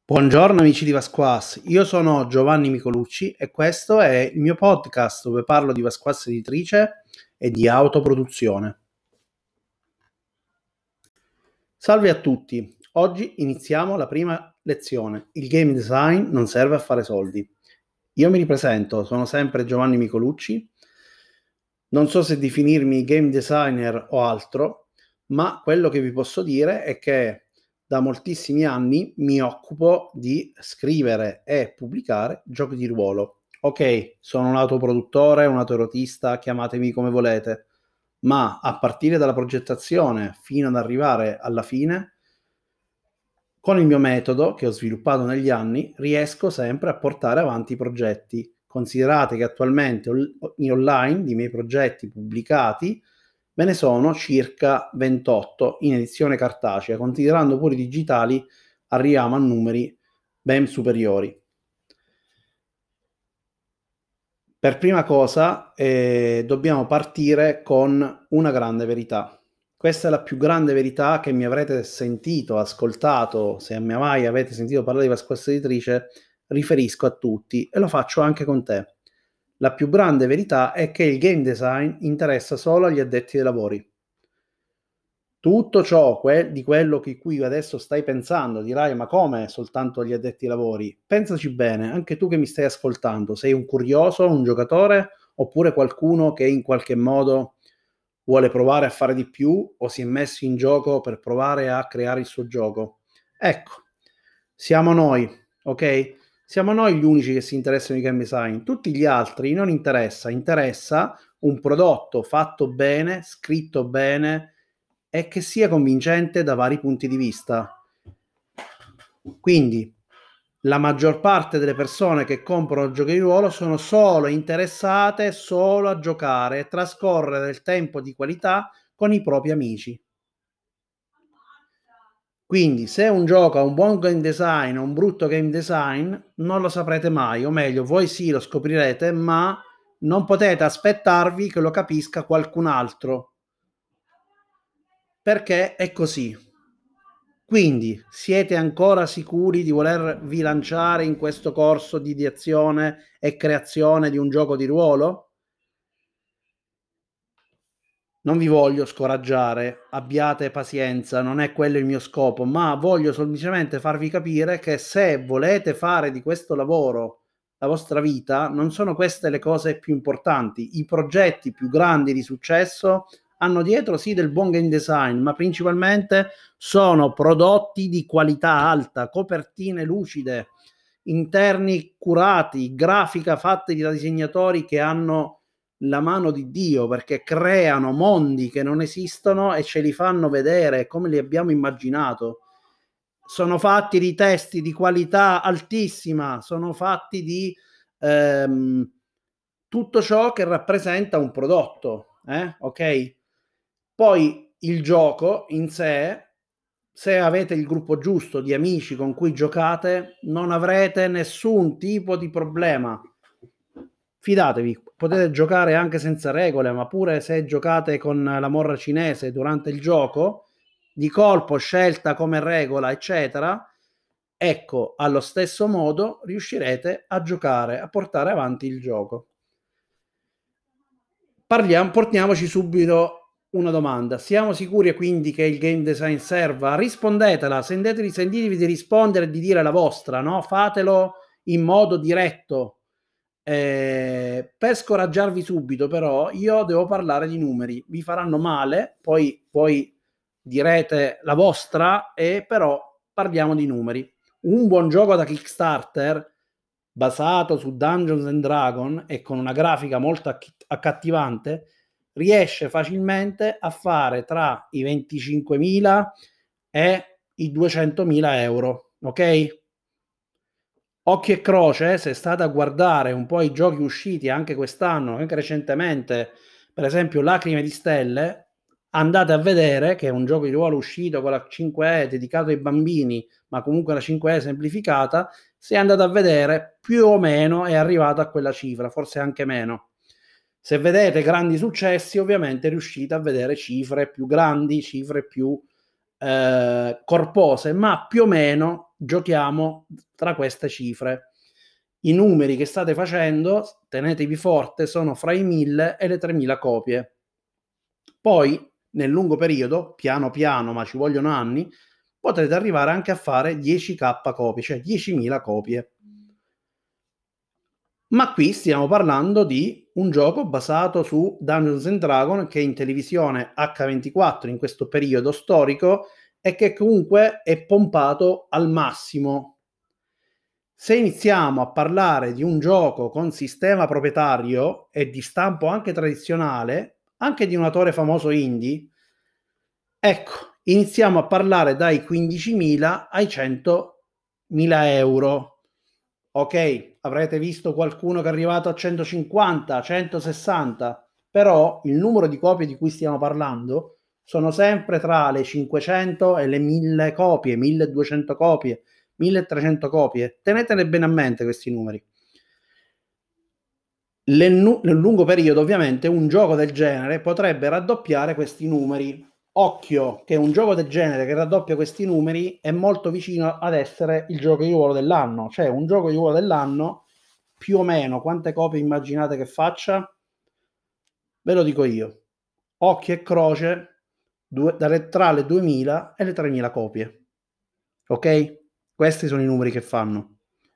Buongiorno amici di Vasquas, io sono Giovanni Micolucci e questo è il mio podcast dove parlo di Vasquas Editrice e di autoproduzione. Salve a tutti, oggi iniziamo la prima lezione. Il game design non serve a fare soldi. Io mi ripresento, sono sempre Giovanni Micolucci, non so se definirmi game designer o altro, ma quello che vi posso dire è che da moltissimi anni mi occupo di scrivere e pubblicare giochi di ruolo. Ok, sono un autoproduttore, un autoerotista, chiamatemi come volete, ma a partire dalla progettazione fino ad arrivare alla fine, con il mio metodo che ho sviluppato negli anni, riesco sempre a portare avanti i progetti. Considerate che attualmente in online di miei progetti pubblicati ve ne sono circa 28 in edizione cartacea, considerando pure i digitali arriviamo a numeri ben superiori. Per prima cosa dobbiamo partire con una grande verità. Questa è la più grande verità che mi avrete sentito, ascoltato, se mai avete sentito parlare di Vasquez Editrice, riferisco a tutti e lo faccio anche con te. La più grande verità è che il game design interessa solo agli addetti ai lavori. Tutto ciò di quello di cui adesso stai pensando, dirai ma come soltanto agli addetti ai lavori? Pensaci bene, anche tu che mi stai ascoltando, sei un curioso, un giocatore oppure qualcuno che in qualche modo vuole provare a fare di più o si è messo in gioco per provare a creare il suo gioco? Ecco, siamo noi, ok? Siamo noi gli unici che si interessano di game design, tutti gli altri non interessa un prodotto fatto bene, scritto bene e che sia convincente da vari punti di vista. Quindi la maggior parte delle persone che comprano giochi di ruolo sono solo interessate solo a giocare e trascorrere del tempo di qualità con i propri amici. Quindi se un gioco ha un buon game design o un brutto game design non lo saprete mai, o meglio, voi sì lo scoprirete, ma non potete aspettarvi che lo capisca qualcun altro, perché è così. Quindi siete ancora sicuri di volervi lanciare in questo corso di ideazione e creazione di un gioco di ruolo? Non vi voglio scoraggiare, abbiate pazienza, non è quello il mio scopo, ma voglio semplicemente farvi capire che se volete fare di questo lavoro la vostra vita, non sono queste le cose più importanti. I progetti più grandi di successo hanno dietro sì del buon game design, ma principalmente sono prodotti di qualità alta, copertine lucide, interni curati, grafica fatte da disegnatori che hanno la mano di Dio, perché creano mondi che non esistono e ce li fanno vedere come li abbiamo immaginato. Sono fatti di testi di qualità altissima, sono fatti di tutto ciò che rappresenta un prodotto, ok? Poi il gioco in sé, se avete il gruppo giusto di amici con cui giocate, non avrete nessun tipo di problema. Fidatevi, potete giocare anche senza regole, ma pure se giocate con la morra cinese durante il gioco, di colpo scelta come regola, eccetera, ecco, allo stesso modo riuscirete a giocare, a portare avanti il gioco. Portiamoci subito una domanda. Siamo sicuri quindi che il game design serva? Rispondetela, sentitevi di rispondere e di dire la vostra, no? Fatelo in modo diretto. Per scoraggiarvi subito, però, io devo parlare di numeri. Vi faranno male, poi direte la vostra, e però parliamo di numeri. Un buon gioco da Kickstarter basato su Dungeons and Dragons e con una grafica molto accattivante riesce facilmente a fare tra i 25.000 e i 200.000 euro, ok? Occhio e croce, se state a guardare un po' i giochi usciti anche quest'anno, anche recentemente, per esempio Lacrime di Stelle, andate a vedere che è un gioco di ruolo uscito con la 5E dedicato ai bambini, ma comunque la 5E semplificata, se andate a vedere più o meno è arrivato a quella cifra, forse anche meno. Se vedete grandi successi, ovviamente riuscite a vedere cifre più grandi, cifre più corpose, ma più o meno giochiamo tra queste cifre. I numeri che state facendo, tenetevi forte, sono fra i 1000 e le 3000 copie. Poi, nel lungo periodo, piano piano, ma ci vogliono anni, potrete arrivare anche a fare 10k copie, cioè 10.000 copie. Ma qui stiamo parlando di un gioco basato su Dungeons and Dragons che in televisione H24 in questo periodo storico e che comunque è pompato al massimo. Se iniziamo a parlare di un gioco con sistema proprietario e di stampo anche tradizionale, anche di un autore famoso indie, ecco, iniziamo a parlare dai 15.000 ai 100.000 euro. Ok, avrete visto qualcuno che è arrivato a 150, 160, però il numero di copie di cui stiamo parlando sono sempre tra le 500 e le 1000 copie, 1200 copie, 1300 copie. Tenetene bene a mente questi numeri. Nel lungo periodo, ovviamente, un gioco del genere potrebbe raddoppiare questi numeri. Occhio, che un gioco del genere che raddoppia questi numeri è molto vicino ad essere il gioco di ruolo dell'anno. Cioè, un gioco di ruolo dell'anno, più o meno, quante copie immaginate che faccia? Ve lo dico io. Occhio e croce, tra le 2000 e le 3000 copie. Ok? Questi sono i numeri che fanno.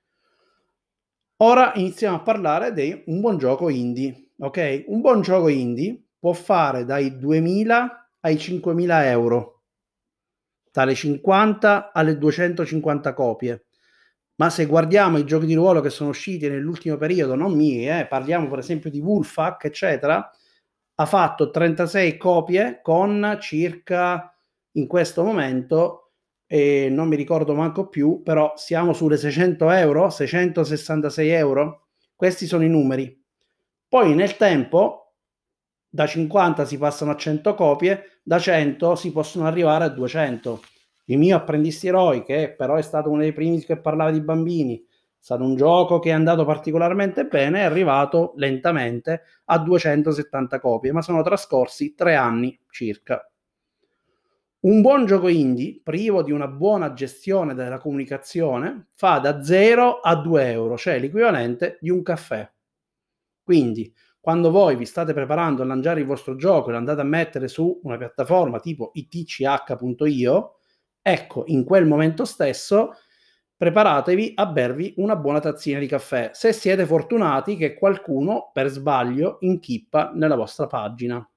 Ora iniziamo a parlare di un buon gioco indie, ok? Un buon gioco indie può fare dai 2000 ai 5000 euro, dalle 50 alle 250 copie. Ma se guardiamo i giochi di ruolo che sono usciti nell'ultimo periodo, non miei, parliamo per esempio di Wolfhack, eccetera, ha fatto 36 copie con circa, in questo momento, non mi ricordo manco più, però siamo sulle 600 euro, 666 euro. Questi sono i numeri. Poi nel tempo, da 50 si passano a 100 copie, da 100 si possono arrivare a 200. Il mio Apprendisti Eroi, che però è stato uno dei primi che parlava di bambini, è stato un gioco che è andato particolarmente bene, è arrivato lentamente a 270 copie, ma sono trascorsi 3 anni circa. Un buon gioco indie, privo di una buona gestione della comunicazione, fa da 0 a 2 euro, cioè l'equivalente di un caffè. Quindi, quando voi vi state preparando a lanciare il vostro gioco e lo andate a mettere su una piattaforma tipo itch.io, ecco, in quel momento stesso preparatevi a bervi una buona tazzina di caffè, se siete fortunati che qualcuno per sbaglio inchippa nella vostra pagina.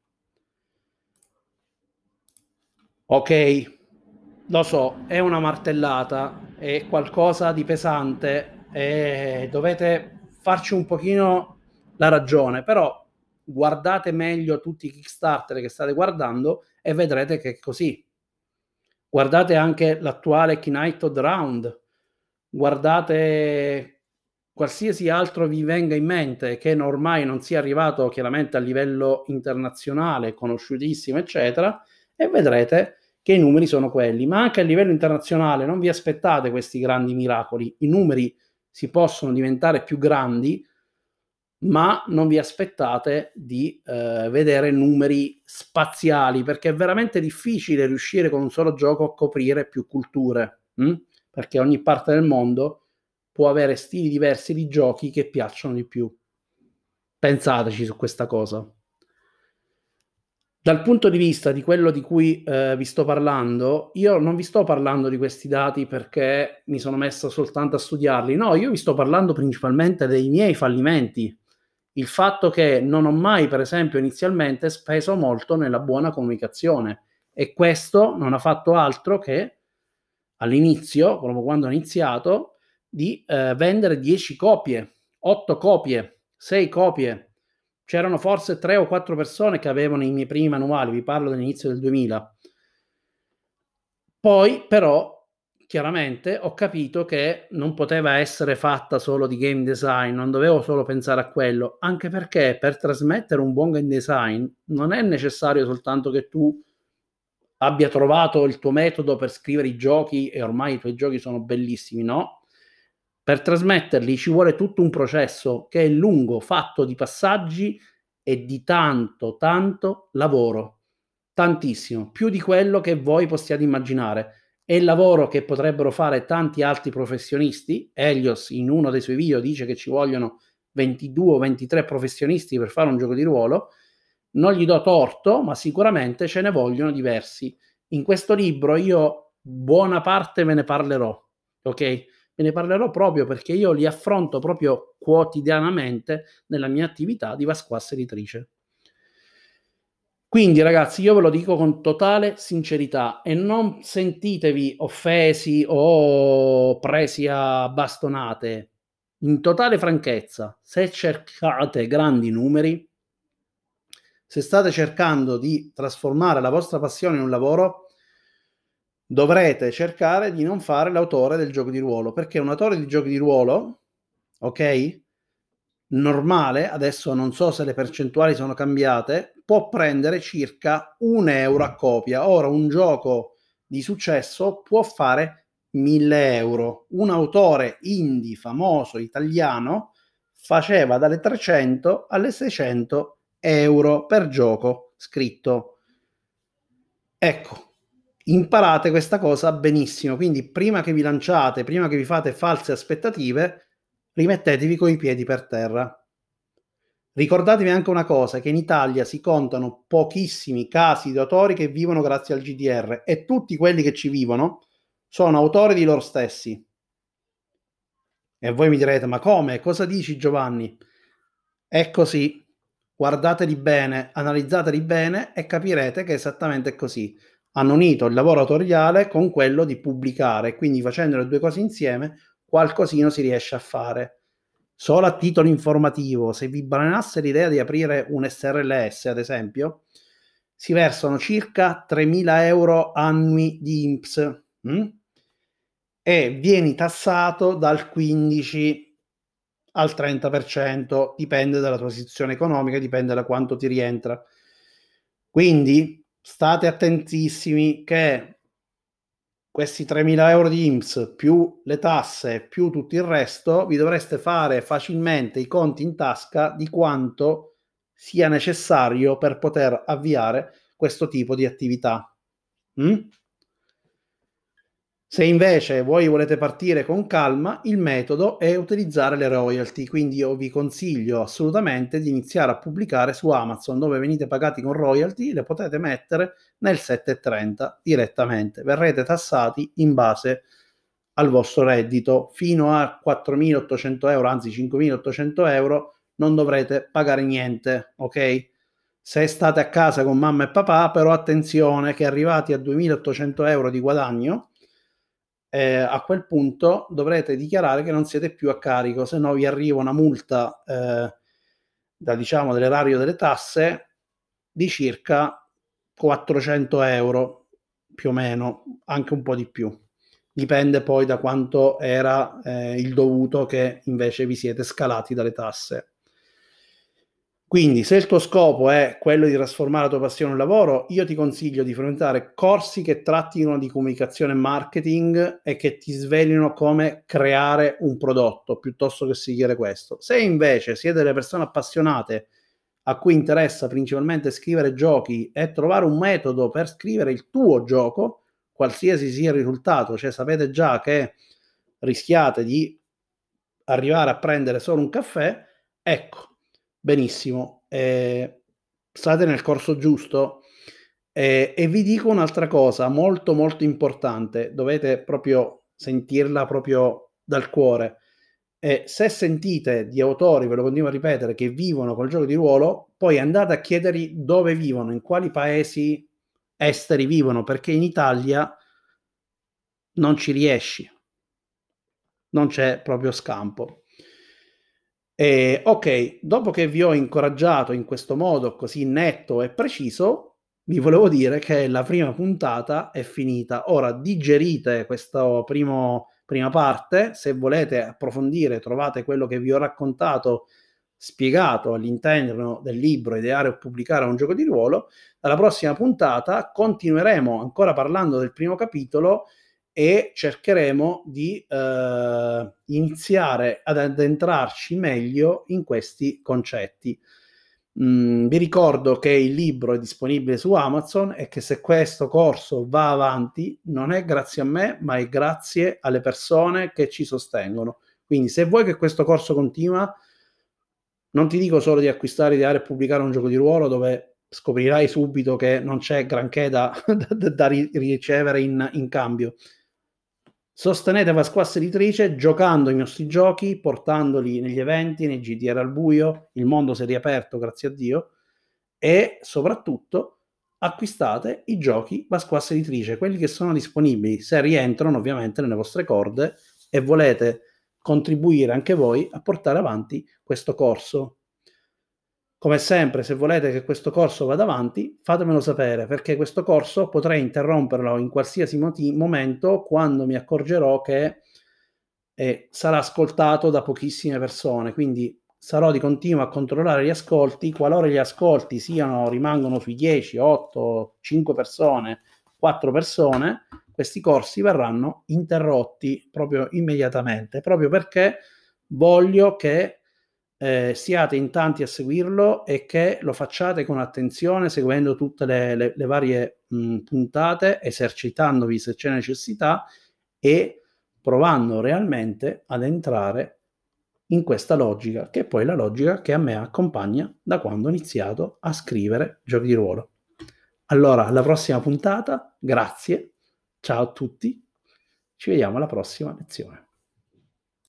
Ok, lo so, è una martellata, è qualcosa di pesante e dovete farci un pochino la ragione, però guardate meglio tutti i Kickstarter che state guardando e vedrete che è così. Guardate anche l'attuale Knight of the Round, guardate qualsiasi altro vi venga in mente che ormai non sia arrivato chiaramente a livello internazionale, conosciutissimo, eccetera, e vedrete che i numeri sono quelli. Ma anche a livello internazionale non vi aspettate questi grandi miracoli. I numeri si possono diventare più grandi, ma non vi aspettate di vedere numeri spaziali, perché è veramente difficile riuscire con un solo gioco a coprire più culture, perché ogni parte del mondo può avere stili diversi di giochi che piacciono di più. Pensateci su questa cosa. Dal punto di vista di quello di cui vi sto parlando, io non vi sto parlando di questi dati perché mi sono messo soltanto a studiarli, no, io vi sto parlando principalmente dei miei fallimenti. Il fatto che non ho mai, per esempio, inizialmente speso molto nella buona comunicazione e questo non ha fatto altro che all'inizio, proprio quando ho iniziato, di vendere 10 copie, 8 copie, 6 copie. C'erano forse 3 o 4 persone che avevano i miei primi manuali, vi parlo dell'inizio del 2000. Poi però chiaramente ho capito che non poteva essere fatta solo di game design, non dovevo solo pensare a quello, anche perché per trasmettere un buon game design non è necessario soltanto che tu abbia trovato il tuo metodo per scrivere i giochi e ormai i tuoi giochi sono bellissimi, no? Per trasmetterli ci vuole tutto un processo che è lungo, fatto di passaggi e di tanto, tanto lavoro. tantissimo, più di quello che voi possiate immaginare. È il lavoro che potrebbero fare tanti altri professionisti. Helios in uno dei suoi video dice che ci vogliono 22 o 23 professionisti per fare un gioco di ruolo. Non gli do torto, ma sicuramente ce ne vogliono diversi. In questo libro io buona parte ve ne parlerò, ok? Ve ne parlerò proprio perché io li affronto proprio quotidianamente nella mia attività di vasquassa editrice. Quindi ragazzi, io ve lo dico con totale sincerità e non sentitevi offesi o presi a bastonate. In totale franchezza, se cercate grandi numeri, se state cercando di trasformare la vostra passione in un lavoro, dovrete cercare di non fare l'autore del gioco di ruolo, perché un autore di giochi di ruolo, ok? Normale, adesso non so se le percentuali sono cambiate, può prendere circa 1 euro a copia. Ora un gioco di successo può fare 1.000 euro. Un autore indie famoso italiano faceva dalle 300 alle 600 euro per gioco scritto. Ecco, imparate questa cosa benissimo, quindi prima che vi lanciate, prima che vi fate false aspettative, rimettetevi coi piedi per terra. Ricordatevi anche una cosa, che in Italia si contano pochissimi casi di autori che vivono grazie al GDR e tutti quelli che ci vivono sono autori di loro stessi. E voi mi direte, ma come? Cosa dici, Giovanni? È così. Guardateli bene, analizzateli bene e capirete che è esattamente così. Hanno unito il lavoro autoriale con quello di pubblicare, quindi facendo le due cose insieme qualcosina si riesce a fare. Solo a titolo informativo, se vi balenasse l'idea di aprire un SRLS, ad esempio, si versano circa 3.000 euro annui di INPS e vieni tassato dal 15 al 30%, dipende dalla tua situazione economica, dipende da quanto ti rientra. Quindi state attentissimi che questi 3.000 euro di INPS più le tasse più tutto il resto vi dovreste fare facilmente i conti in tasca di quanto sia necessario per poter avviare questo tipo di attività. Se invece voi volete partire con calma, il metodo è utilizzare le royalty, quindi io vi consiglio assolutamente di iniziare a pubblicare su Amazon, dove venite pagati con royalty, le potete mettere nel 7,30 direttamente. Verrete tassati in base al vostro reddito fino a 4.800 euro, anzi 5.800 euro, non dovrete pagare niente, ok? Se state a casa con mamma e papà, però attenzione che arrivati a 2.800 euro di guadagno, a quel punto dovrete dichiarare che non siete più a carico, se no vi arriva una multa diciamo dell'erario delle tasse di circa 400 euro più o meno, anche un po' di più. Dipende poi da quanto era il dovuto che invece vi siete scalati dalle tasse. Quindi, se il tuo scopo è quello di trasformare la tua passione in un lavoro, io ti consiglio di frequentare corsi che trattino di comunicazione e marketing e che ti svelino come creare un prodotto, piuttosto che seguire questo. Se invece siete delle persone appassionate a cui interessa principalmente scrivere giochi e trovare un metodo per scrivere il tuo gioco, qualsiasi sia il risultato, cioè sapete già che rischiate di arrivare a prendere solo un caffè, ecco, benissimo, state nel corso giusto. E vi dico un'altra cosa molto molto importante, dovete proprio sentirla proprio dal cuore. Se sentite di autori, ve lo continuo a ripetere, che vivono col gioco di ruolo, poi andate a chiedergli dove vivono, in quali paesi esteri vivono, perché in Italia non ci riesci, non c'è proprio scampo. Ok, dopo che vi ho incoraggiato in questo modo così netto e preciso, vi volevo dire che la prima puntata è finita. Ora digerite questa prima parte, se volete approfondire trovate quello che vi ho raccontato spiegato all'interno del libro Ideare o pubblicare un gioco di ruolo. Alla prossima puntata continueremo ancora parlando del primo capitolo e cercheremo di iniziare ad addentrarci meglio in questi concetti. Vi ricordo che il libro è disponibile su Amazon e che se questo corso va avanti non è grazie a me, ma è grazie alle persone che ci sostengono. Quindi se vuoi che questo corso continua, non ti dico solo di acquistare, ideare e pubblicare un gioco di ruolo dove scoprirai subito che non c'è granché da ricevere in cambio. Sostenete Vasquassa Editrice giocando i nostri giochi, portandoli negli eventi, nei GDR al buio, il mondo si è riaperto, grazie a Dio, e soprattutto acquistate i giochi Vasquassa Editrice, quelli che sono disponibili, se rientrano ovviamente nelle vostre corde e volete contribuire anche voi a portare avanti questo corso. Come sempre, se volete che questo corso vada avanti, fatemelo sapere, perché questo corso potrei interromperlo in qualsiasi momento quando mi accorgerò che sarà ascoltato da pochissime persone. Quindi sarò di continuo a controllare gli ascolti. Qualora gli ascolti rimangono sui 10, 8, 5 persone, 4 persone, questi corsi verranno interrotti proprio immediatamente, proprio perché voglio che siate in tanti a seguirlo e che lo facciate con attenzione, seguendo tutte le varie puntate, esercitandovi se c'è necessità e provando realmente ad entrare in questa logica, che è poi la logica che a me accompagna da quando ho iniziato a scrivere giochi di ruolo. Allora, alla prossima puntata, grazie, ciao a tutti, ci vediamo alla prossima lezione.